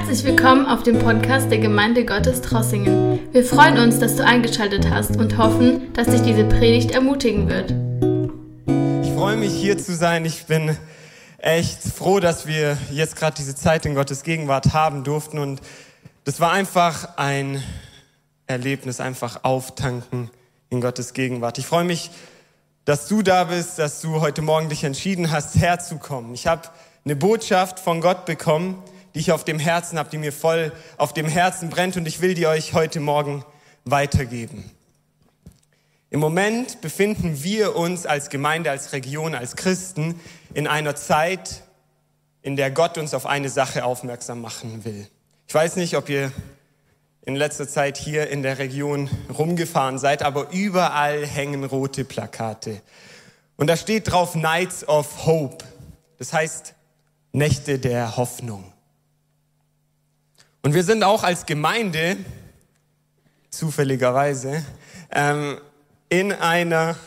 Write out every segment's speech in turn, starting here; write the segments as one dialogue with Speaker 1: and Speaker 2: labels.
Speaker 1: Herzlich willkommen auf dem Podcast der Gemeinde Gottes Trossingen. Wir freuen uns, dass du eingeschaltet hast und hoffen, dass dich diese Predigt ermutigen wird.
Speaker 2: Ich freue mich, hier zu sein. Ich bin echt froh, dass wir jetzt gerade diese Zeit in Gottes Gegenwart haben durften. Und das war einfach ein Erlebnis, einfach auftanken in Gottes Gegenwart. Ich freue mich, dass du da bist, dass du heute Morgen dich entschieden hast, herzukommen. Ich habe eine Botschaft von Gott bekommen, die ich auf dem Herzen habe, die mir voll auf dem Herzen brennt, und ich will die euch heute Morgen weitergeben. Im Moment befinden wir uns als Gemeinde, als Region, als Christen in einer Zeit, in der Gott uns auf eine Sache aufmerksam machen will. Ich weiß nicht, ob ihr in letzter Zeit hier in der Region rumgefahren seid, aber überall hängen rote Plakate. Und da steht drauf Nights of Hope. Das heißt Nächte der Hoffnung. Und wir sind auch als Gemeinde, zufälligerweise, in einer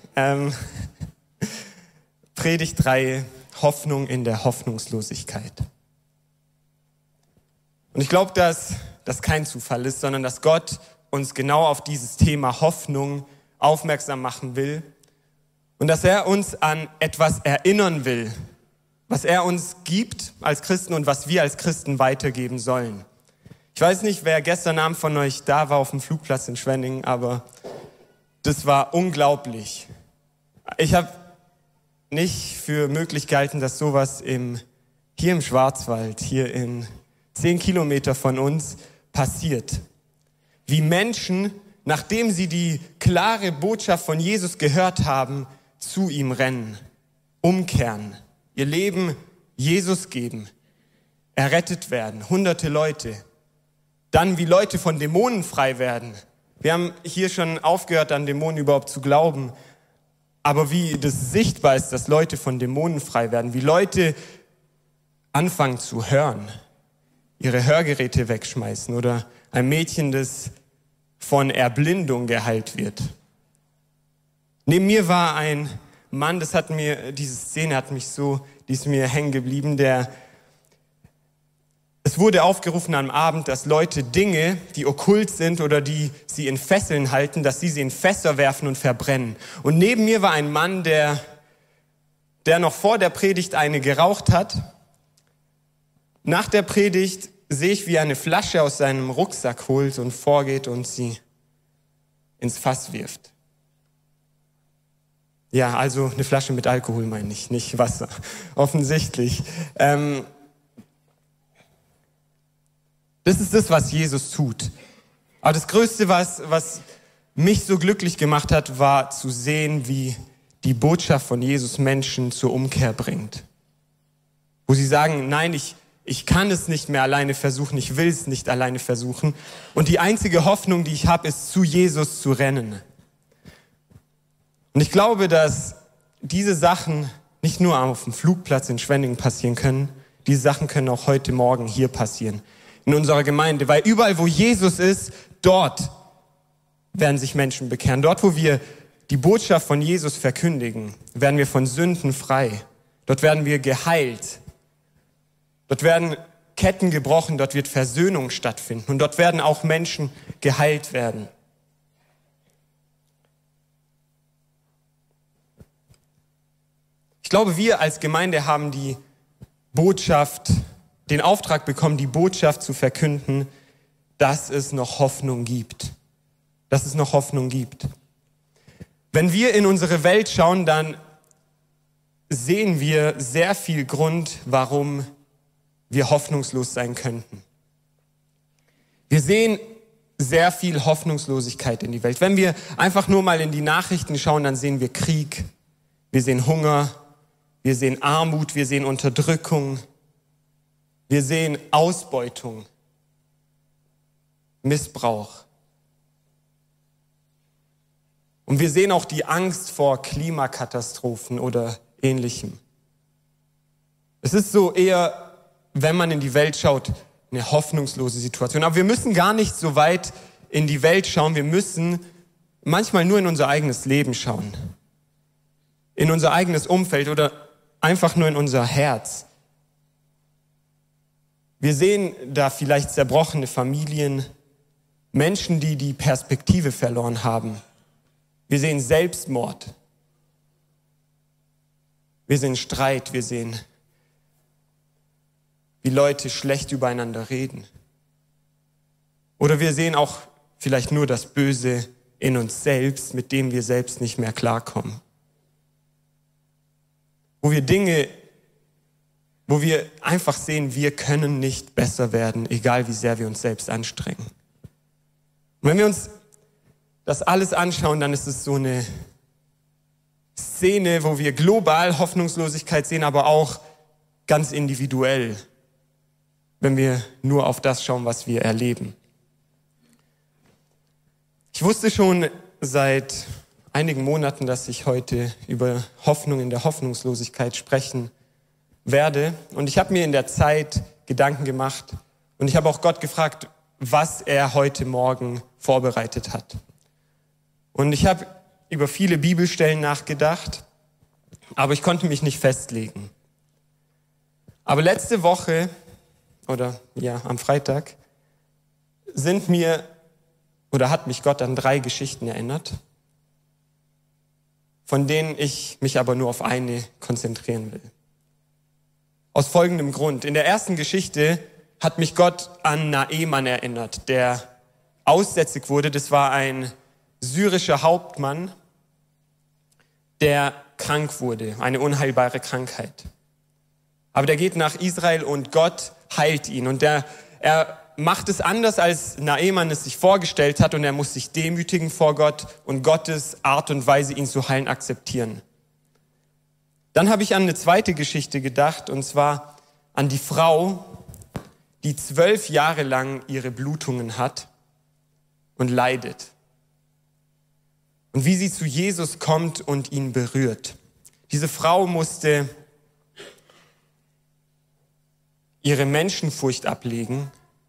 Speaker 2: Predigtreihe Hoffnung in der Hoffnungslosigkeit. Und ich glaube, dass das kein Zufall ist, sondern dass Gott uns genau auf dieses Thema Hoffnung aufmerksam machen will und dass er uns an etwas erinnern will, was er uns gibt als Christen und was wir als Christen weitergeben sollen. Ich weiß nicht, wer gestern Abend von euch da war auf dem Flugplatz in Schwenningen, aber das war unglaublich. Ich habe nicht für möglich gehalten, dass sowas hier im Schwarzwald, hier in 10 Kilometer von uns passiert. Wie Menschen, nachdem sie die klare Botschaft von Jesus gehört haben, zu ihm rennen, umkehren, ihr Leben Jesus geben, errettet werden, hunderte Leute. Dann wie Leute von Dämonen frei werden. Wir haben hier schon aufgehört, an Dämonen überhaupt zu glauben. Aber wie das sichtbar ist, dass Leute von Dämonen frei werden, wie Leute anfangen zu hören, ihre Hörgeräte wegschmeißen oder ein Mädchen, das von Erblindung geheilt wird. Neben mir war ein Mann, diese Szene die ist mir hängen geblieben, es wurde aufgerufen am Abend, dass Leute Dinge, die okkult sind oder die sie in Fesseln halten, dass sie in Fässer werfen und verbrennen. Und neben mir war ein Mann, der noch vor der Predigt eine geraucht hat. Nach der Predigt sehe ich, wie er eine Flasche aus seinem Rucksack holt und vorgeht und sie ins Fass wirft. Ja, also eine Flasche mit Alkohol meine ich, nicht Wasser. Offensichtlich. Das ist das, was Jesus tut. Aber das Größte, was mich so glücklich gemacht hat, war zu sehen, wie die Botschaft von Jesus Menschen zur Umkehr bringt. Wo sie sagen, nein, ich kann es nicht mehr alleine versuchen, ich will es nicht alleine versuchen. Und die einzige Hoffnung, die ich habe, ist, zu Jesus zu rennen. Und ich glaube, dass diese Sachen nicht nur auf dem Flugplatz in Schwenningen passieren können, diese Sachen können auch heute Morgen hier passieren. In unserer Gemeinde, weil überall, wo Jesus ist, dort werden sich Menschen bekehren. Dort, wo wir die Botschaft von Jesus verkündigen, werden wir von Sünden frei. Dort werden wir geheilt. Dort werden Ketten gebrochen, dort wird Versöhnung stattfinden und dort werden auch Menschen geheilt werden. Ich glaube, wir als Gemeinde haben den Auftrag bekommen, die Botschaft zu verkünden, dass es noch Hoffnung gibt. Dass es noch Hoffnung gibt. Wenn wir in unsere Welt schauen, dann sehen wir sehr viel Grund, warum wir hoffnungslos sein könnten. Wir sehen sehr viel Hoffnungslosigkeit in die Welt. Wenn wir einfach nur mal in die Nachrichten schauen, dann sehen wir Krieg, wir sehen Hunger, wir sehen Armut, wir sehen Unterdrückung, wir sehen Ausbeutung, Missbrauch. Und wir sehen auch die Angst vor Klimakatastrophen oder Ähnlichem. Es ist so eher, wenn man in die Welt schaut, eine hoffnungslose Situation. Aber wir müssen gar nicht so weit in die Welt schauen. Wir müssen manchmal nur in unser eigenes Leben schauen. In unser eigenes Umfeld oder einfach nur in unser Herz. Wir sehen da vielleicht zerbrochene Familien, Menschen, die die Perspektive verloren haben. Wir sehen Selbstmord. Wir sehen Streit. Wir sehen, wie Leute schlecht übereinander reden. Oder wir sehen auch vielleicht nur das Böse in uns selbst, mit dem wir selbst nicht mehr klarkommen. Wo wir einfach sehen, wir können nicht besser werden, egal wie sehr wir uns selbst anstrengen. Und wenn wir uns das alles anschauen, dann ist es so eine Szene, wo wir global Hoffnungslosigkeit sehen, aber auch ganz individuell, wenn wir nur auf das schauen, was wir erleben. Ich wusste schon seit einigen Monaten, dass ich heute über Hoffnung in der Hoffnungslosigkeit sprechen werde. Und ich habe mir in der Zeit Gedanken gemacht und ich habe auch Gott gefragt, was er heute Morgen vorbereitet hat. Und ich habe über viele Bibelstellen nachgedacht, aber ich konnte mich nicht festlegen. Aber letzte Woche, am Freitag, hat mich Gott an 3 Geschichten erinnert, von denen ich mich aber nur auf eine konzentrieren will. Aus folgendem Grund. In der ersten Geschichte hat mich Gott an Naeman erinnert, der aussätzig wurde. Das war ein syrischer Hauptmann, der krank wurde, eine unheilbare Krankheit. Aber der geht nach Israel und Gott heilt ihn. Und er macht es anders, als Naeman es sich vorgestellt hat. Und er muss sich demütigen vor Gott und Gottes Art und Weise, ihn zu heilen, akzeptieren. Dann habe ich an eine zweite Geschichte gedacht, und zwar an die Frau, die 12 Jahre lang ihre Blutungen hat und leidet. Und wie sie zu Jesus kommt und ihn berührt. Diese Frau musste ihre Menschenfurcht ablegen.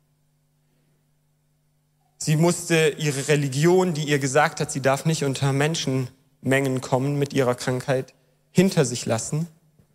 Speaker 2: Sie musste ihre Religion, die ihr gesagt hat, sie darf nicht unter Menschenmengen kommen mit ihrer Krankheit, hinter sich lassen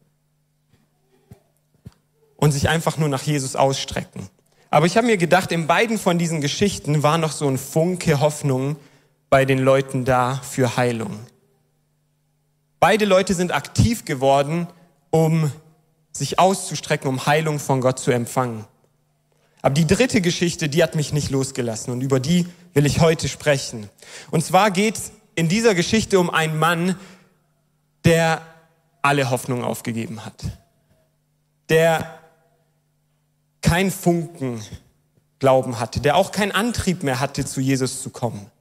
Speaker 2: und sich einfach nur nach Jesus ausstrecken. Aber ich habe mir gedacht, in beiden von diesen Geschichten war noch so ein Funke Hoffnung bei den Leuten da für Heilung. Beide Leute sind aktiv geworden, um sich auszustrecken, um Heilung von Gott zu empfangen. Aber die dritte Geschichte, die hat mich nicht losgelassen und über die will ich heute sprechen. Und zwar geht es in dieser Geschichte um einen Mann, der alle Hoffnung aufgegeben hat. Der keinen Funken Glauben hatte, der auch keinen Antrieb mehr hatte, zu Jesus zu kommen.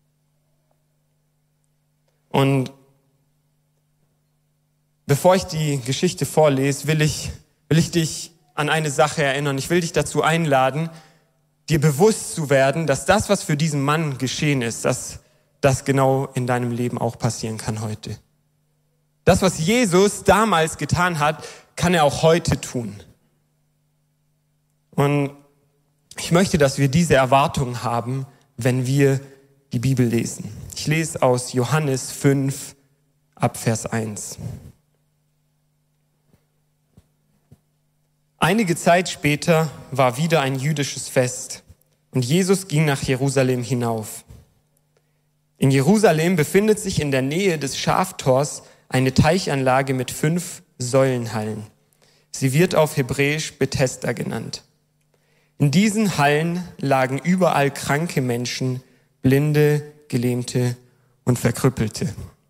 Speaker 2: Und bevor ich die Geschichte vorlese, will ich dich an eine Sache erinnern. Ich will dich dazu einladen, dir bewusst zu werden, dass das, was für diesen Mann geschehen ist, dass das genau in deinem Leben auch passieren kann heute. Das, was Jesus damals getan hat, kann er auch heute tun. Und ich möchte, dass wir diese Erwartung haben, wenn wir die Bibel lesen. Ich lese aus Johannes 5 ab Vers 1. Einige Zeit später war wieder ein jüdisches Fest und Jesus ging nach Jerusalem hinauf. In Jerusalem befindet sich in der Nähe des Schaftors eine Teichanlage mit 5 Säulenhallen. Sie wird auf Hebräisch Bethesda genannt. In diesen Hallen lagen überall kranke Menschen, Blinde, Gelähmte und Verkrüppelte.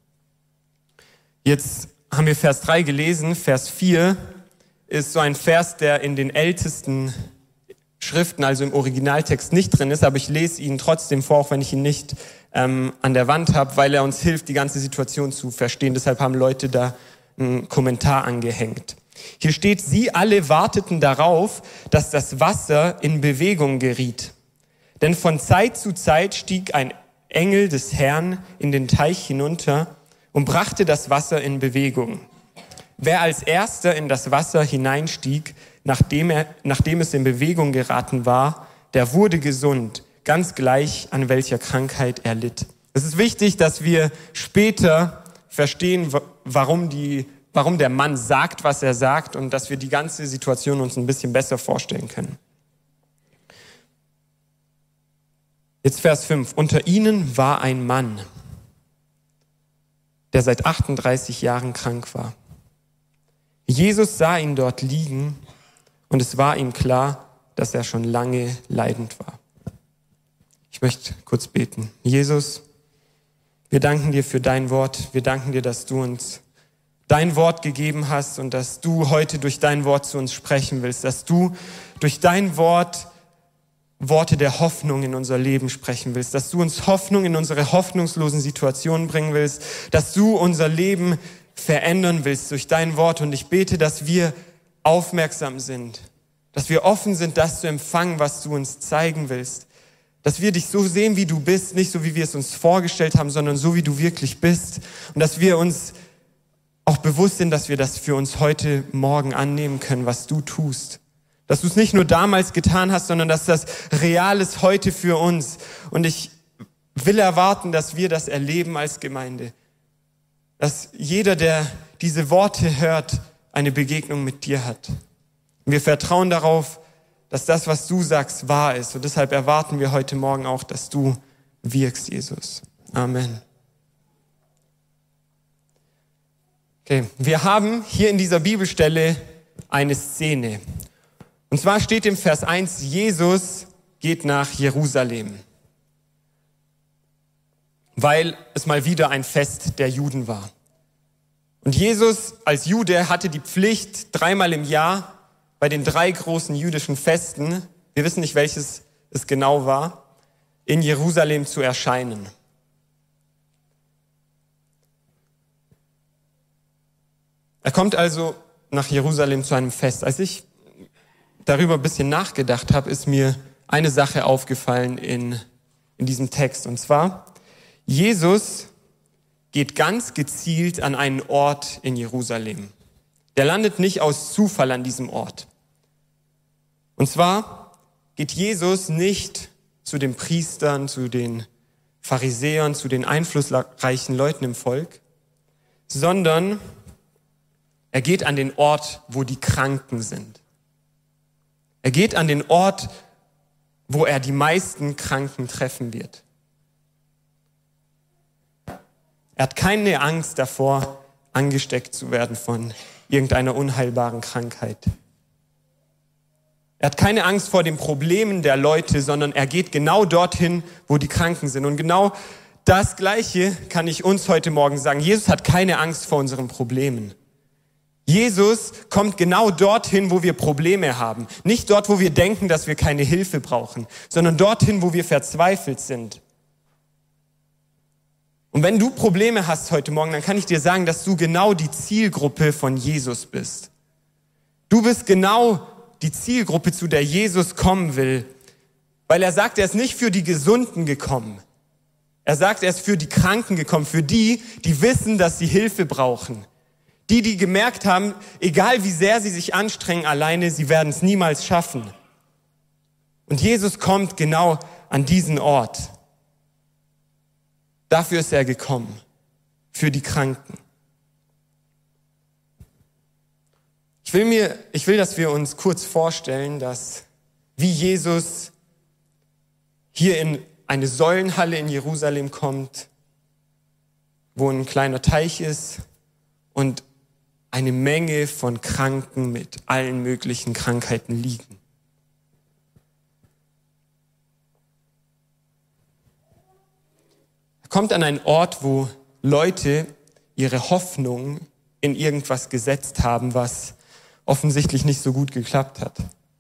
Speaker 2: Jetzt haben wir Vers 3 gelesen. Vers 4 ist so ein Vers, der in den ältesten Schriften, also im Originaltext, nicht drin ist, aber ich lese ihn trotzdem vor, auch wenn ich ihn nicht an der Wand habe, weil er uns hilft, die ganze Situation zu verstehen. Deshalb haben Leute da einen Kommentar angehängt. Hier steht, sie alle warteten darauf, dass das Wasser in Bewegung geriet. Denn von Zeit zu Zeit stieg ein Engel des Herrn in den Teich hinunter und brachte das Wasser in Bewegung. Wer als erster in das Wasser hineinstieg, nachdem es in Bewegung geraten war, der wurde gesund, ganz gleich an welcher Krankheit er litt. Es ist wichtig, dass wir später verstehen, warum der Mann sagt, was er sagt, und dass wir die ganze Situation uns ein bisschen besser vorstellen können. Jetzt Vers 5. Unter ihnen war ein Mann, der seit 38 Jahren krank war. Jesus sah ihn dort liegen und es war ihm klar, dass er schon lange leidend war. Ich möchte kurz beten. Jesus, wir danken dir für dein Wort. Wir danken dir, dass du uns dein Wort gegeben hast und dass du heute durch dein Wort zu uns sprechen willst, dass du durch dein Wort Worte der Hoffnung in unser Leben sprechen willst, dass du uns Hoffnung in unsere hoffnungslosen Situationen bringen willst, dass du unser Leben verändern willst durch dein Wort. Und ich bete, dass wir aufmerksam sind, dass wir offen sind, das zu empfangen, was du uns zeigen willst, dass wir dich so sehen, wie du bist, nicht so, wie wir es uns vorgestellt haben, sondern so, wie du wirklich bist. Und dass wir uns auch bewusst sind, dass wir das für uns heute Morgen annehmen können, was du tust. Dass du es nicht nur damals getan hast, sondern dass das real ist heute für uns. Und ich will erwarten, dass wir das erleben als Gemeinde. Dass jeder, der diese Worte hört, eine Begegnung mit dir hat. Und wir vertrauen darauf, dass das, was du sagst, wahr ist. Und deshalb erwarten wir heute Morgen auch, dass du wirkst, Jesus. Amen. Okay, wir haben hier in dieser Bibelstelle eine Szene. Und zwar steht im Vers 1, Jesus geht nach Jerusalem, weil es mal wieder ein Fest der Juden war. Und Jesus als Jude hatte die Pflicht, 3-mal im Jahr bei den 3 großen jüdischen Festen, wir wissen nicht, welches es genau war, in Jerusalem zu erscheinen. Er kommt also nach Jerusalem zu einem Fest. Als ich darüber ein bisschen nachgedacht habe, ist mir eine Sache aufgefallen in diesem Text. Und zwar, Jesus geht ganz gezielt an einen Ort in Jerusalem. Der landet nicht aus Zufall an diesem Ort. Und zwar geht Jesus nicht zu den Priestern, zu den Pharisäern, zu den einflussreichen Leuten im Volk, sondern er geht an den Ort, wo die Kranken sind. Er geht an den Ort, wo er die meisten Kranken treffen wird. Er hat keine Angst davor, angesteckt zu werden von irgendeiner unheilbaren Krankheit. Er hat keine Angst vor den Problemen der Leute, sondern er geht genau dorthin, wo die Kranken sind. Und genau das Gleiche kann ich uns heute Morgen sagen. Jesus hat keine Angst vor unseren Problemen. Jesus kommt genau dorthin, wo wir Probleme haben. Nicht dort, wo wir denken, dass wir keine Hilfe brauchen, sondern dorthin, wo wir verzweifelt sind. Und wenn du Probleme hast heute Morgen, dann kann ich dir sagen, dass du genau die Zielgruppe von Jesus bist. Du bist genau die Zielgruppe, zu der Jesus kommen will, weil er sagt, er ist nicht für die Gesunden gekommen. Er sagt, er ist für die Kranken gekommen, für die, die wissen, dass sie Hilfe brauchen. Die gemerkt haben, egal wie sehr sie sich anstrengen alleine, sie werden es niemals schaffen. Und Jesus kommt genau an diesen Ort. Dafür ist er gekommen, für die Kranken. Ich will, dass wir uns kurz vorstellen, dass wie Jesus hier in eine Säulenhalle in Jerusalem kommt, wo ein kleiner Teich ist und eine Menge von Kranken mit allen möglichen Krankheiten liegen. Er kommt an einen Ort, wo Leute ihre Hoffnung in irgendwas gesetzt haben, was offensichtlich nicht so gut geklappt hat.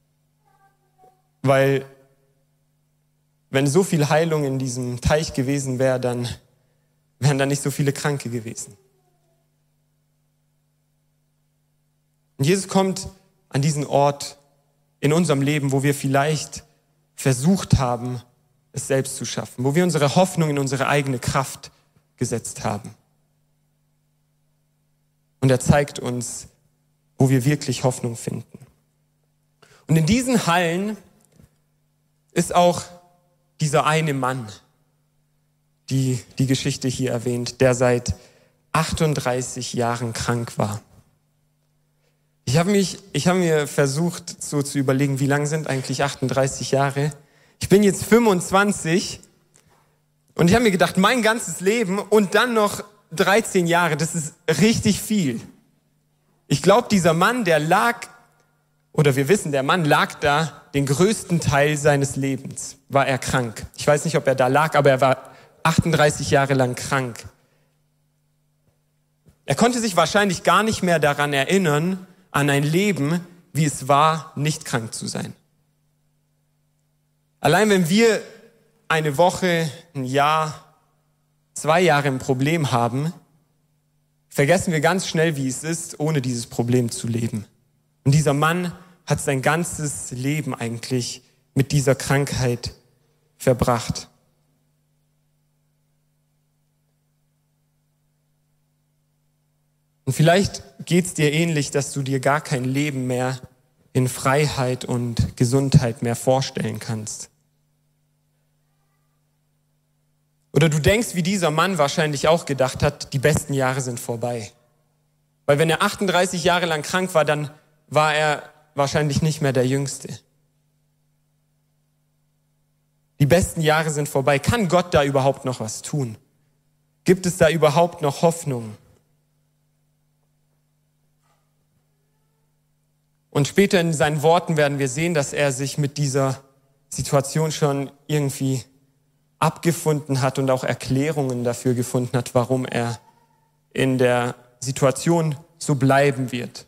Speaker 2: Weil wenn so viel Heilung in diesem Teich gewesen wäre, dann wären da nicht so viele Kranke gewesen. Und Jesus kommt an diesen Ort in unserem Leben, wo wir vielleicht versucht haben, es selbst zu schaffen, wo wir unsere Hoffnung in unsere eigene Kraft gesetzt haben. Und er zeigt uns, wo wir wirklich Hoffnung finden. Und in diesen Hallen ist auch dieser eine Mann, die Geschichte hier erwähnt, der seit 38 Jahren krank war. Ich habe mir versucht, so zu überlegen, wie lang sind eigentlich 38 Jahre? Ich bin jetzt 25 Und ich habe mir gedacht, mein ganzes Leben und dann noch 13 Jahre, das ist richtig viel. Ich glaube, dieser Mann, der lag da den größten Teil seines Lebens, war er krank. Ich weiß nicht, ob er da lag, aber er war 38 Jahre lang krank. Er konnte sich wahrscheinlich gar nicht mehr daran erinnern, an ein Leben, wie es war, nicht krank zu sein. Allein wenn wir eine Woche, ein Jahr, 2 Jahre ein Problem haben, vergessen wir ganz schnell, wie es ist, ohne dieses Problem zu leben. Und dieser Mann hat sein ganzes Leben eigentlich mit dieser Krankheit verbracht. Und vielleicht geht's dir ähnlich, dass du dir gar kein Leben mehr in Freiheit und Gesundheit mehr vorstellen kannst. Oder du denkst, wie dieser Mann wahrscheinlich auch gedacht hat, die besten Jahre sind vorbei. Weil wenn er 38 Jahre lang krank war, dann war er wahrscheinlich nicht mehr der Jüngste. Die besten Jahre sind vorbei. Kann Gott da überhaupt noch was tun? Gibt es da überhaupt noch Hoffnung? Und später in seinen Worten werden wir sehen, dass er sich mit dieser Situation schon irgendwie abgefunden hat und auch Erklärungen dafür gefunden hat, warum er in der Situation so bleiben wird.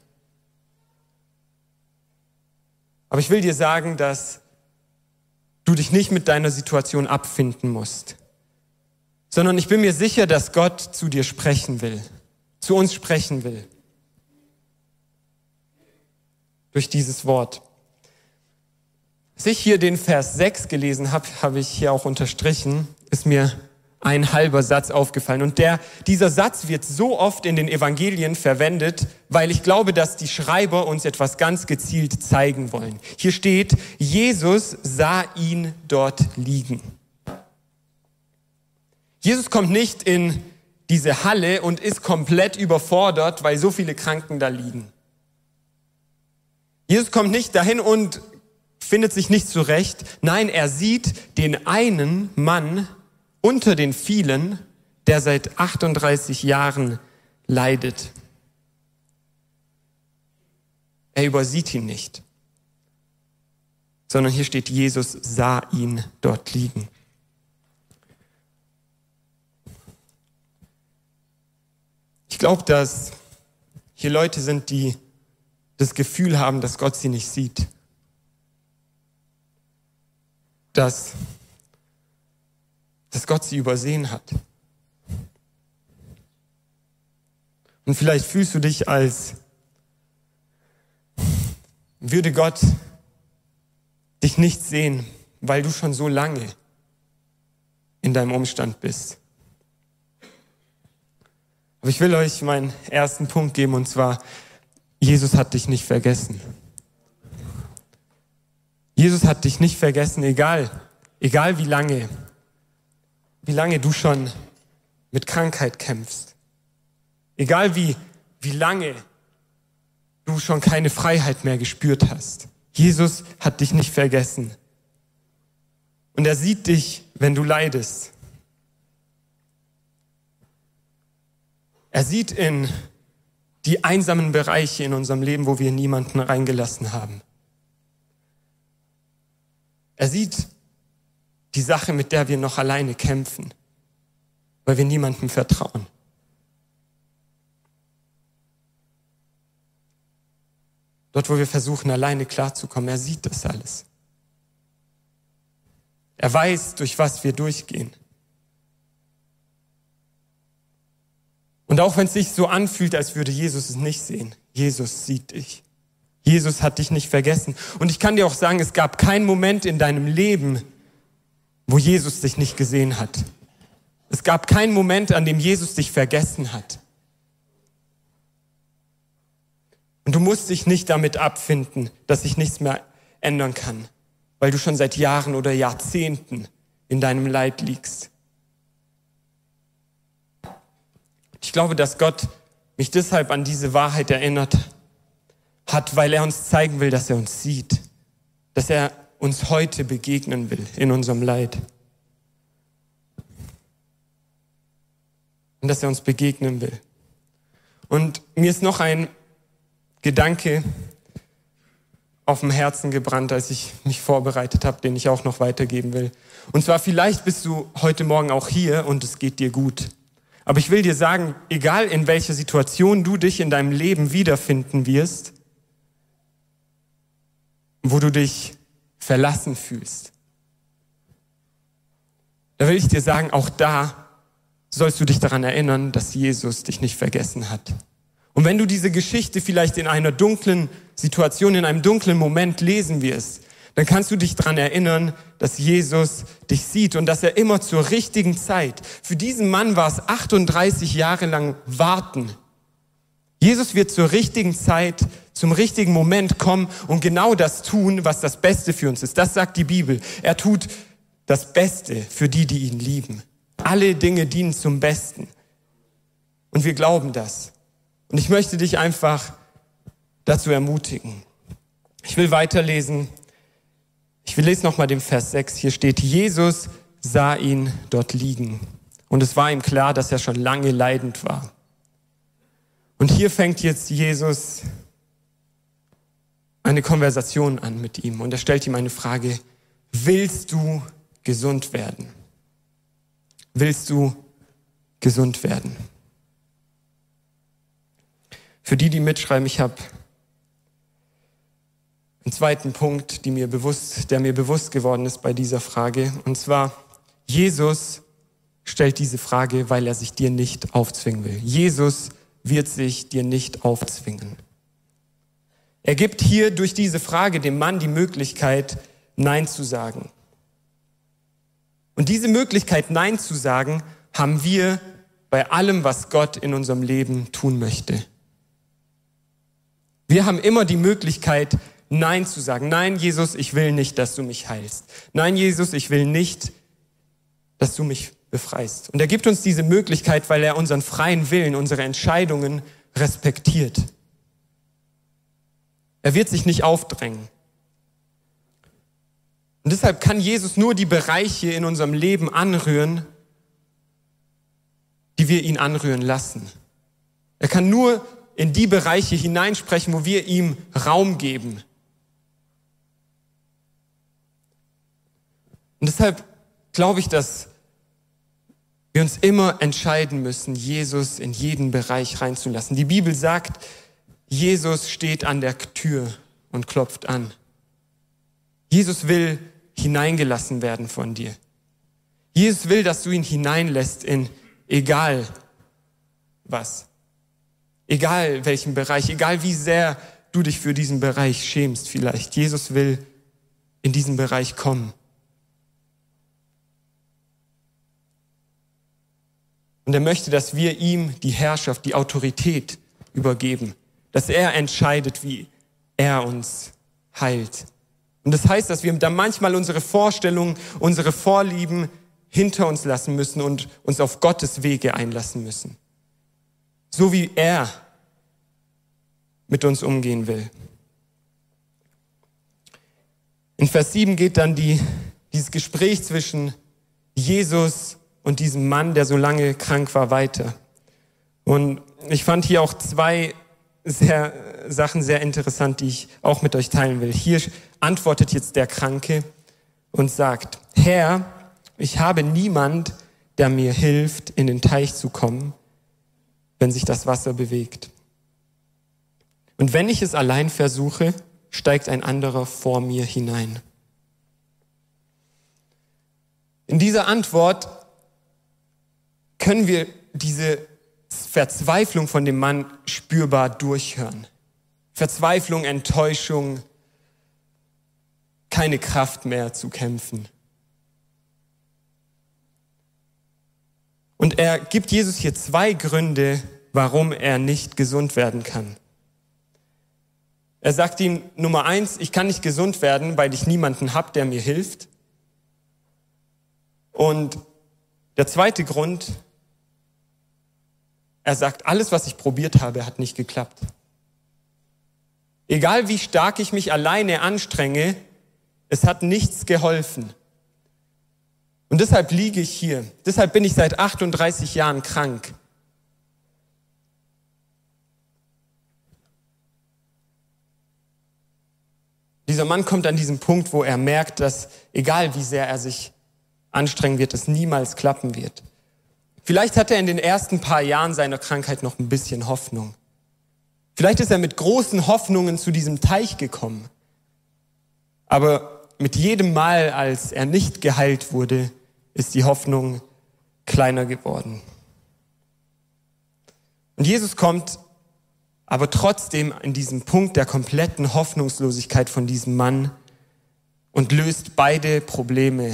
Speaker 2: Aber ich will dir sagen, dass du dich nicht mit deiner Situation abfinden musst, sondern ich bin mir sicher, dass Gott zu dir sprechen will, zu uns sprechen will. Durch dieses Wort. Als ich hier den Vers 6 gelesen habe, habe ich hier auch unterstrichen, ist mir ein halber Satz aufgefallen. Und dieser Satz wird so oft in den Evangelien verwendet, weil ich glaube, dass die Schreiber uns etwas ganz gezielt zeigen wollen. Hier steht, Jesus sah ihn dort liegen. Jesus kommt nicht in diese Halle und ist komplett überfordert, weil so viele Kranken da liegen. Jesus kommt nicht dahin und findet sich nicht zurecht. Nein, er sieht den einen Mann unter den vielen, der seit 38 Jahren leidet. Er übersieht ihn nicht, sondern hier steht, Jesus sah ihn dort liegen. Ich glaube, dass hier Leute sind, die das Gefühl haben, dass Gott sie nicht sieht. Dass Gott sie übersehen hat. Und vielleicht fühlst du dich, als würde Gott dich nicht sehen, weil du schon so lange in deinem Umstand bist. Aber ich will euch meinen ersten Punkt geben, und zwar, Jesus hat dich nicht vergessen. Jesus hat dich nicht vergessen, egal wie lange du schon mit Krankheit kämpfst. Egal wie lange du schon keine Freiheit mehr gespürt hast. Jesus hat dich nicht vergessen. Und er sieht dich, wenn du leidest. Er sieht in die einsamen Bereiche in unserem Leben, wo wir niemanden reingelassen haben. Er sieht die Sache, mit der wir noch alleine kämpfen, weil wir niemandem vertrauen. Dort, wo wir versuchen, alleine klarzukommen, er sieht das alles. Er weiß, durch was wir durchgehen. Und auch wenn es sich so anfühlt, als würde Jesus es nicht sehen, Jesus sieht dich. Jesus hat dich nicht vergessen. Und ich kann dir auch sagen, es gab keinen Moment in deinem Leben, wo Jesus dich nicht gesehen hat. Es gab keinen Moment, an dem Jesus dich vergessen hat. Und du musst dich nicht damit abfinden, dass sich nichts mehr ändern kann, weil du schon seit Jahren oder Jahrzehnten in deinem Leid liegst. Ich glaube, dass Gott mich deshalb an diese Wahrheit erinnert hat, weil er uns zeigen will, dass er uns sieht, dass er uns heute begegnen will in unserem Leid. und dass er uns begegnen will. Und mir ist noch ein Gedanke auf dem Herzen gebrannt, als ich mich vorbereitet habe, den ich auch noch weitergeben will. Und zwar, vielleicht bist du heute Morgen auch hier und es geht dir gut. Aber ich will dir sagen, egal in welcher Situation du dich in deinem Leben wiederfinden wirst, wo du dich verlassen fühlst, da will ich dir sagen, auch da sollst du dich daran erinnern, dass Jesus dich nicht vergessen hat. Und wenn du diese Geschichte vielleicht in einer dunklen Situation, in einem dunklen Moment lesen wirst, dann kannst du dich daran erinnern, dass Jesus dich sieht und dass er immer zur richtigen Zeit, für diesen Mann war es 38 Jahre lang warten. Jesus wird zur richtigen Zeit, zum richtigen Moment kommen und genau das tun, was das Beste für uns ist. Das sagt die Bibel. Er tut das Beste für die, die ihn lieben. Alle Dinge dienen zum Besten. Und wir glauben das. Und ich möchte dich einfach dazu ermutigen. Ich will weiterlesen. Ich lese nochmal den Vers 6. Hier steht, Jesus sah ihn dort liegen. Und es war ihm klar, dass er schon lange leidend war. Und hier fängt jetzt Jesus eine Konversation an mit ihm. Und er stellt ihm eine Frage. Willst du gesund werden? Willst du gesund werden? Für die mitschreiben, ich habe einen zweiten Punkt, der mir bewusst geworden ist bei dieser Frage. Und zwar, Jesus stellt diese Frage, weil er sich dir nicht aufzwingen will. Jesus wird sich dir nicht aufzwingen. Er gibt hier durch diese Frage dem Mann die Möglichkeit, Nein zu sagen. Und diese Möglichkeit, Nein zu sagen, haben wir bei allem, was Gott in unserem Leben tun möchte. Wir haben immer die Möglichkeit, Nein zu sagen. Nein, Jesus, ich will nicht, dass du mich heilst. Nein, Jesus, ich will nicht, dass du mich befreist. Und er gibt uns diese Möglichkeit, weil er unseren freien Willen, unsere Entscheidungen respektiert. Er wird sich nicht aufdrängen. Und deshalb kann Jesus nur die Bereiche in unserem Leben anrühren, die wir ihn anrühren lassen. Er kann nur in die Bereiche hineinsprechen, wo wir ihm Raum geben. Und deshalb glaube ich, dass wir uns immer entscheiden müssen, Jesus in jeden Bereich reinzulassen. Die Bibel sagt, Jesus steht an der Tür und klopft an. Jesus will hineingelassen werden von dir. Jesus will, dass du ihn hineinlässt in egal was. Egal welchen Bereich, egal wie sehr du dich für diesen Bereich schämst vielleicht. Jesus will in diesen Bereich kommen. Und er möchte, dass wir ihm die Herrschaft, die Autorität übergeben. Dass er entscheidet, wie er uns heilt. Und das heißt, dass wir dann manchmal unsere Vorstellungen, unsere Vorlieben hinter uns lassen müssen und uns auf Gottes Wege einlassen müssen. So wie er mit uns umgehen will. In Vers 7 geht dann dieses Gespräch zwischen Jesus und diesem Mann, der so lange krank war, weiter. Und ich fand hier auch zwei Sachen sehr interessant, die ich auch mit euch teilen will. Hier antwortet jetzt der Kranke und sagt, Herr, ich habe niemand, der mir hilft, in den Teich zu kommen, wenn sich das Wasser bewegt. Und wenn ich es allein versuche, steigt ein anderer vor mir hinein. In dieser Antwort können wir diese Verzweiflung von dem Mann spürbar durchhören. Verzweiflung, Enttäuschung, keine Kraft mehr zu kämpfen. Und er gibt Jesus hier zwei Gründe, warum er nicht gesund werden kann. Er sagt ihm, Nummer 1, ich kann nicht gesund werden, weil ich niemanden habe, der mir hilft. Und der zweite Grund, er sagt, alles, was ich probiert habe, hat nicht geklappt. Egal wie stark ich mich alleine anstrenge, es hat nichts geholfen. Und deshalb liege ich hier. Deshalb bin ich seit 38 Jahren krank. dieser Mann kommt an diesen Punkt, wo er merkt, dass egal wie sehr er sich anstrengen wird, es niemals klappen wird. Vielleicht hat er in den ersten paar Jahren seiner Krankheit noch ein bisschen Hoffnung. Vielleicht ist er mit großen Hoffnungen zu diesem Teich gekommen. Aber mit jedem Mal, als er nicht geheilt wurde, ist die Hoffnung kleiner geworden. Und Jesus kommt aber trotzdem in diesem Punkt der kompletten Hoffnungslosigkeit von diesem Mann und löst beide Probleme.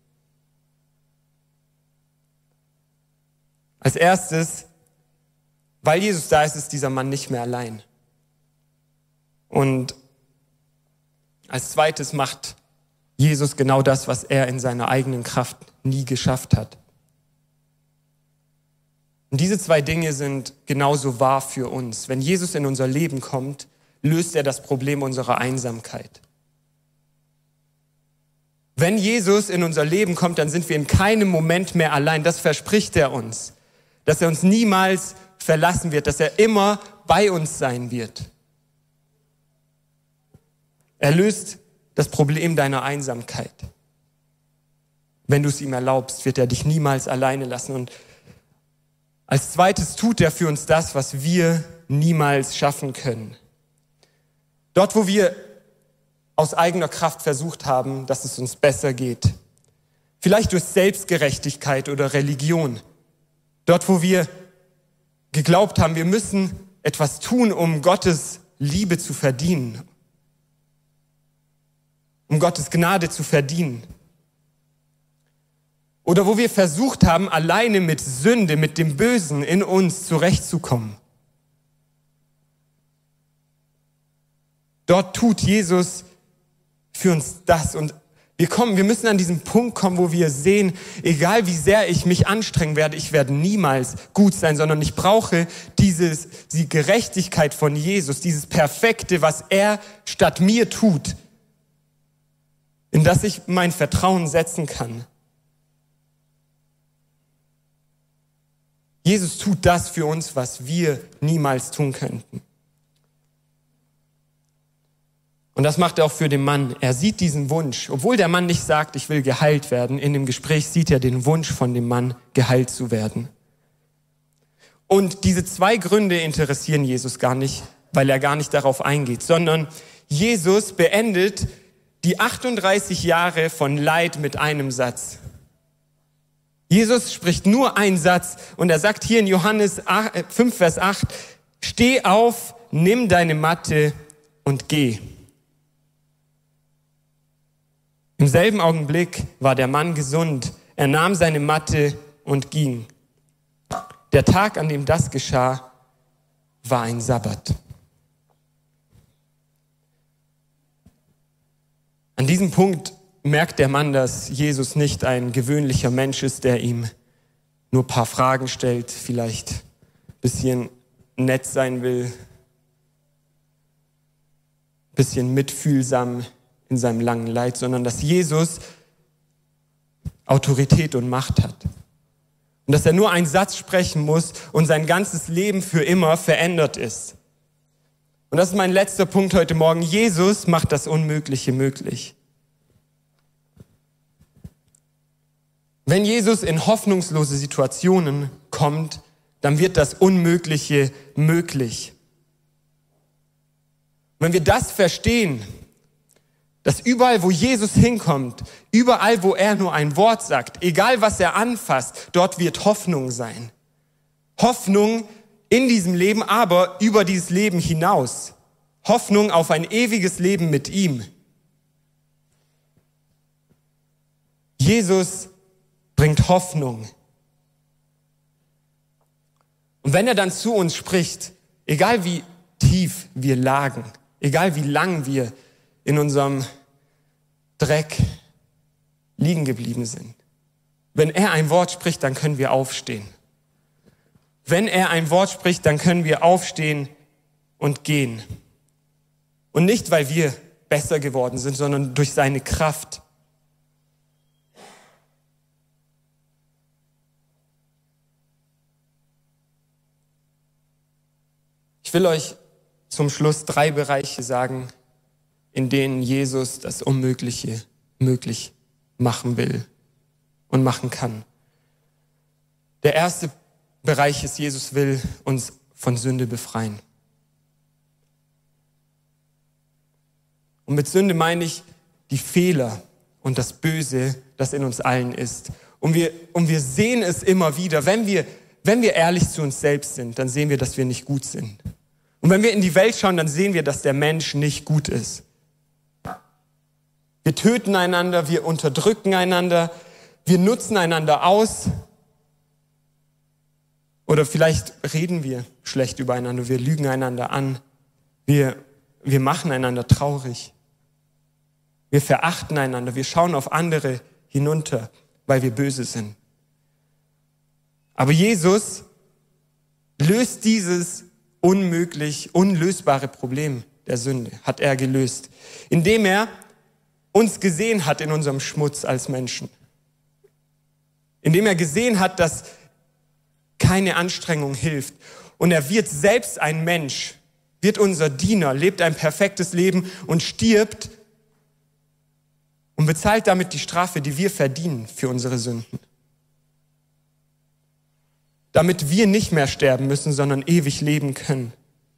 Speaker 2: Als erstes, weil Jesus da ist, ist dieser Mann nicht mehr allein. Und als zweites macht Jesus genau das, was er in seiner eigenen Kraft nie geschafft hat. Und diese zwei Dinge sind genauso wahr für uns. Wenn Jesus in unser Leben kommt, löst er das Problem unserer Einsamkeit. Wenn Jesus in unser Leben kommt, dann sind wir in keinem Moment mehr allein. Das verspricht er uns. Dass er uns niemals verlassen wird, dass er immer bei uns sein wird. Er löst das Problem deiner Einsamkeit. Wenn du es ihm erlaubst, wird er dich niemals alleine lassen. Und als zweites tut er für uns das, was wir niemals schaffen können. Dort, wo wir aus eigener Kraft versucht haben, dass es uns besser geht. Vielleicht durch Selbstgerechtigkeit oder Religion. Dort, wo wir geglaubt haben, wir müssen etwas tun, um Gottes Liebe zu verdienen. Um Gottes Gnade zu verdienen. Oder wo wir versucht haben, alleine mit Sünde, mit dem Bösen in uns zurechtzukommen. Dort tut Jesus für uns das. Und wir müssen an diesen Punkt kommen, wo wir sehen, egal wie sehr ich mich anstrengen werde, ich werde niemals gut sein, sondern ich brauche die Gerechtigkeit von Jesus, dieses Perfekte, was er statt mir tut, in das ich mein Vertrauen setzen kann. Jesus tut das für uns, was wir niemals tun könnten. Und das macht er auch für den Mann. Er sieht diesen Wunsch, obwohl der Mann nicht sagt, ich will geheilt werden. In dem Gespräch sieht er den Wunsch von dem Mann, geheilt zu werden. Und diese zwei Gründe interessieren Jesus gar nicht, weil er gar nicht darauf eingeht, sondern Jesus beendet die 38 Jahre von Leid mit einem Satz. Jesus spricht nur einen Satz und er sagt hier in Johannes 5, Vers 8, steh auf, nimm deine Matte und geh. Im selben Augenblick war der Mann gesund. Er nahm seine Matte und ging. Der Tag, an dem das geschah, war ein Sabbat. An diesem Punkt merkt der Mann, dass Jesus nicht ein gewöhnlicher Mensch ist, der ihm nur ein paar Fragen stellt, vielleicht ein bisschen nett sein will, ein bisschen mitfühlsam in seinem langen Leid, sondern dass Jesus Autorität und Macht hat. Und dass er nur einen Satz sprechen muss und sein ganzes Leben für immer verändert ist. Und das ist mein letzter Punkt heute Morgen. Jesus macht das Unmögliche möglich. Wenn Jesus in hoffnungslose Situationen kommt, dann wird das Unmögliche möglich. Wenn wir das verstehen, dass überall, wo Jesus hinkommt, überall, wo er nur ein Wort sagt, egal was er anfasst, dort wird Hoffnung sein. Hoffnung in diesem Leben, aber über dieses Leben hinaus. Hoffnung auf ein ewiges Leben mit ihm. Jesus bringt Hoffnung. Und wenn er dann zu uns spricht, egal wie tief wir lagen, egal wie lang wir in unserem Dreck liegen geblieben sind. Wenn er ein Wort spricht, dann können wir aufstehen. Wenn er ein Wort spricht, dann können wir aufstehen und gehen. Und nicht, weil wir besser geworden sind, sondern durch seine Kraft. Ich will euch zum Schluss 3 Bereiche sagen, in denen Jesus das Unmögliche möglich machen will und machen kann. Der erste Bereich ist, Jesus will uns von Sünde befreien. Und mit Sünde meine ich die Fehler und das Böse, das in uns allen ist. Und wir sehen es immer wieder. Wenn wir ehrlich zu uns selbst sind, dann sehen wir, dass wir nicht gut sind. Und wenn wir in die Welt schauen, dann sehen wir, dass der Mensch nicht gut ist. Wir töten einander, wir unterdrücken einander, wir nutzen einander aus. Oder vielleicht reden wir schlecht übereinander, wir lügen einander an. Wir machen einander traurig. Wir verachten einander, wir schauen auf andere hinunter, weil wir böse sind. Aber Jesus löst dieses unlösbare Problem der Sünde, hat er gelöst, indem er uns gesehen hat in unserem Schmutz als Menschen. Indem er gesehen hat, dass keine Anstrengung hilft. Und er wird selbst ein Mensch, wird unser Diener, lebt ein perfektes Leben und stirbt und bezahlt damit die Strafe, die wir verdienen für unsere Sünden. Damit wir nicht mehr sterben müssen, sondern ewig leben können.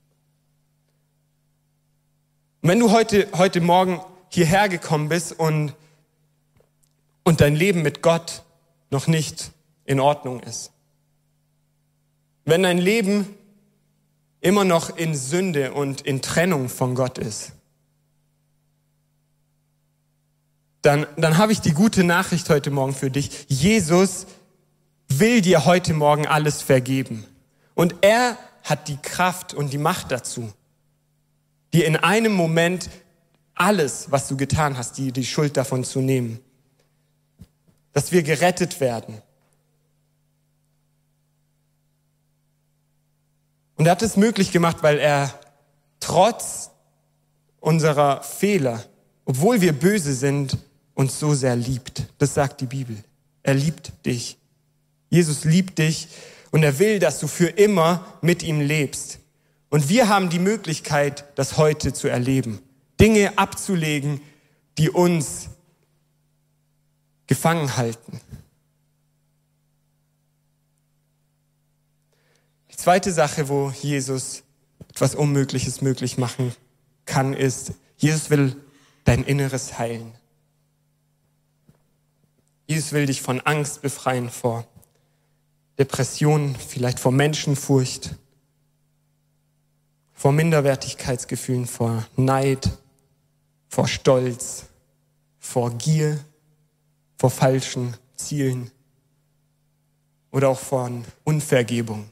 Speaker 2: Und wenn du heute Morgen hierher gekommen bist und dein Leben mit Gott noch nicht in Ordnung ist, wenn dein Leben immer noch in Sünde und in Trennung von Gott ist, dann habe ich die gute Nachricht heute Morgen für dich. Jesus will dir heute Morgen alles vergeben. Und er hat die Kraft und die Macht dazu, dir in einem Moment alles, was du getan hast, die Schuld davon zu nehmen. Dass wir gerettet werden. Und er hat es möglich gemacht, weil er trotz unserer Fehler, obwohl wir böse sind, uns so sehr liebt. Das sagt die Bibel. Er liebt dich. Jesus liebt dich und er will, dass du für immer mit ihm lebst. Und wir haben die Möglichkeit, das heute zu erleben. Dinge abzulegen, die uns gefangen halten. Die zweite Sache, wo Jesus etwas Unmögliches möglich machen kann, ist, Jesus will dein Inneres heilen. Jesus will dich von Angst befreien, vor Depressionen, vielleicht vor Menschenfurcht, vor Minderwertigkeitsgefühlen, vor Neid, vor Stolz, vor Gier, vor falschen Zielen oder auch vor Unvergebung,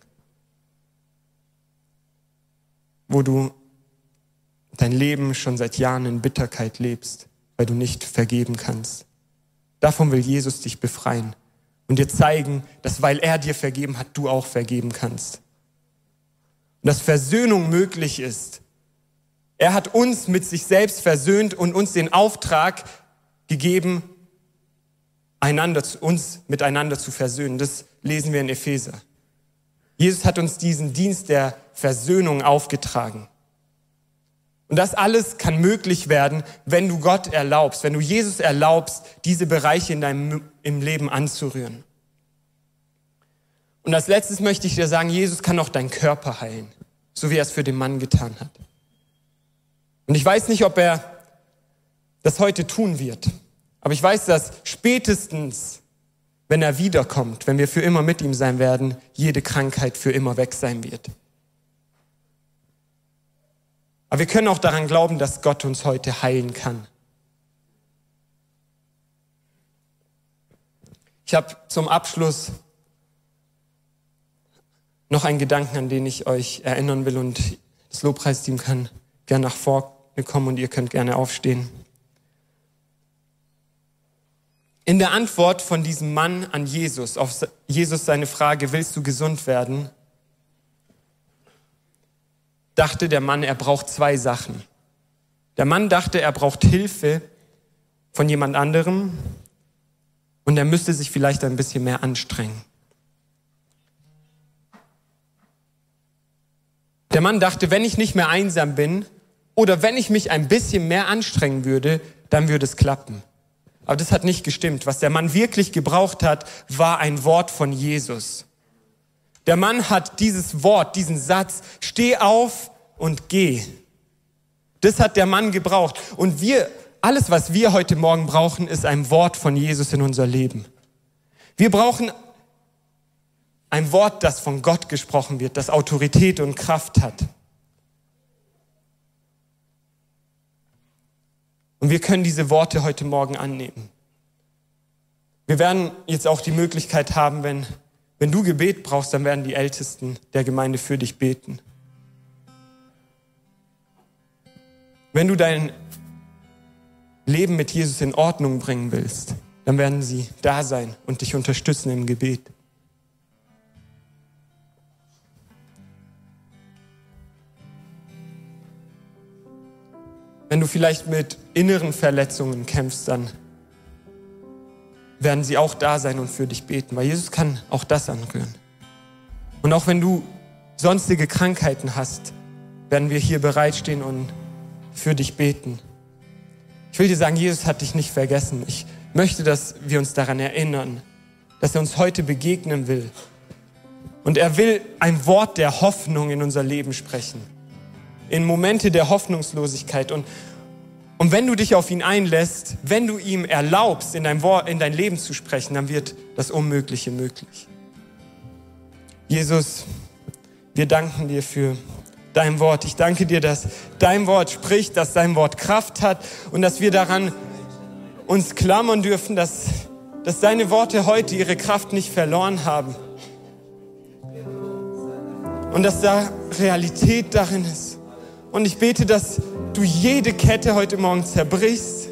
Speaker 2: wo du dein Leben schon seit Jahren in Bitterkeit lebst, weil du nicht vergeben kannst. Davon will Jesus dich befreien und dir zeigen, dass weil er dir vergeben hat, du auch vergeben kannst. Und dass Versöhnung möglich ist. Er hat uns mit sich selbst versöhnt und uns den Auftrag gegeben, uns miteinander zu versöhnen. Das lesen wir in Epheser. Jesus hat uns diesen Dienst der Versöhnung aufgetragen. Und das alles kann möglich werden, wenn du Gott erlaubst, wenn du Jesus erlaubst, diese Bereiche in deinem Leben anzurühren. Und als letztes möchte ich dir sagen, Jesus kann auch deinen Körper heilen, so wie er es für den Mann getan hat. Und ich weiß nicht, ob er das heute tun wird, aber ich weiß, dass spätestens, wenn er wiederkommt, wenn wir für immer mit ihm sein werden, jede Krankheit für immer weg sein wird. Aber wir können auch daran glauben, dass Gott uns heute heilen kann. Ich habe zum Abschluss noch einen Gedanken, an den ich euch erinnern will, und das Lobpreisteam kann gerne nach vorne kommen und ihr könnt gerne aufstehen. In der Antwort von diesem Mann an Jesus, auf Jesus seine Frage, willst du gesund werden, dachte der Mann, er braucht 2 Sachen. Der Mann dachte, er braucht Hilfe von jemand anderem und er müsste sich vielleicht ein bisschen mehr anstrengen. Der Mann dachte, wenn ich nicht mehr einsam bin oder wenn ich mich ein bisschen mehr anstrengen würde, dann würde es klappen. Aber das hat nicht gestimmt. Was der Mann wirklich gebraucht hat, war ein Wort von Jesus. Der Mann hat dieses Wort, diesen Satz, steh auf und geh. Das hat der Mann gebraucht. Und alles, was wir heute Morgen brauchen, ist ein Wort von Jesus in unser Leben. Wir brauchen ein Wort, das von Gott gesprochen wird, das Autorität und Kraft hat. Und wir können diese Worte heute Morgen annehmen. Wir werden jetzt auch die Möglichkeit haben, wenn du Gebet brauchst, dann werden die Ältesten der Gemeinde für dich beten. Wenn du dein Leben mit Jesus in Ordnung bringen willst, dann werden sie da sein und dich unterstützen im Gebet. Wenn du vielleicht mit inneren Verletzungen kämpfst, dann werden sie auch da sein und für dich beten, weil Jesus kann auch das anrühren. Und auch wenn du sonstige Krankheiten hast, werden wir hier bereitstehen und für dich beten. Ich will dir sagen, Jesus hat dich nicht vergessen. Ich möchte, dass wir uns daran erinnern, dass er uns heute begegnen will. Und er will ein Wort der Hoffnung in unser Leben sprechen. In Momente der Hoffnungslosigkeit. Und wenn du dich auf ihn einlässt, wenn du ihm erlaubst, in dein Leben zu sprechen, dann wird das Unmögliche möglich. Jesus, wir danken dir für dein Wort. Ich danke dir, dass dein Wort spricht, dass dein Wort Kraft hat und dass wir daran uns klammern dürfen, dass deine Worte heute ihre Kraft nicht verloren haben. Und dass da Realität darin ist. Und ich bete, dass du jede Kette heute Morgen zerbrichst.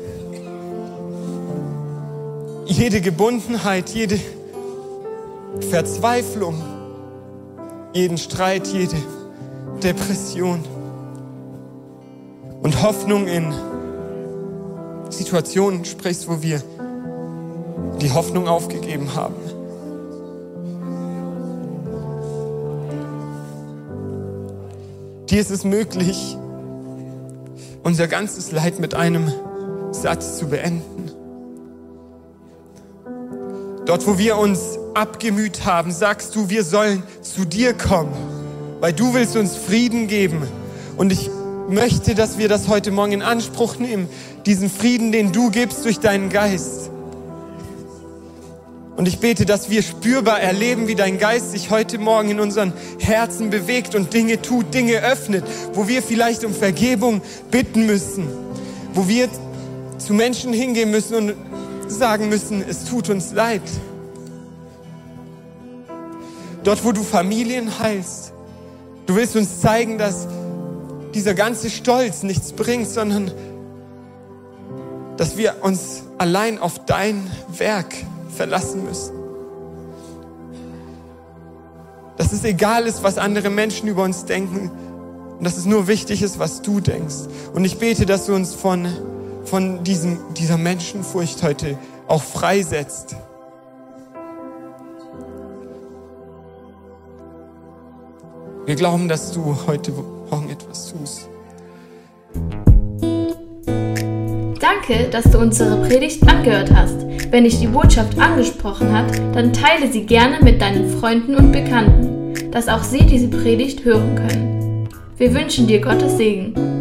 Speaker 2: Jede Gebundenheit, jede Verzweiflung, jeden Streit, jede Depression und Hoffnung in Situationen sprichst, wo wir die Hoffnung aufgegeben haben. Dir ist es möglich, unser ganzes Leid mit einem Satz zu beenden. Dort, wo wir uns abgemüht haben, sagst du, wir sollen zu dir kommen, weil du willst uns Frieden geben. Und ich möchte, dass wir das heute Morgen in Anspruch nehmen, diesen Frieden, den du gibst durch deinen Geist. Und ich bete, dass wir spürbar erleben, wie dein Geist sich heute Morgen in unseren Herzen bewegt und Dinge tut, Dinge öffnet, wo wir vielleicht um Vergebung bitten müssen, wo wir zu Menschen hingehen müssen und sagen müssen, es tut uns leid. Dort, wo du Familien heilst, du willst uns zeigen, dass dieser ganze Stolz nichts bringt, sondern dass wir uns allein auf dein Werk verlassen müssen. Dass es egal ist, was andere Menschen über uns denken und dass es nur wichtig ist, was du denkst. Und ich bete, dass du uns von dieser Menschenfurcht heute auch freisetzt. Wir glauben, dass du heute Morgen etwas tust.
Speaker 1: Danke, dass du unsere Predigt angehört hast. Wenn dich die Botschaft angesprochen hat, dann teile sie gerne mit deinen Freunden und Bekannten, dass auch sie diese Predigt hören können. Wir wünschen dir Gottes Segen.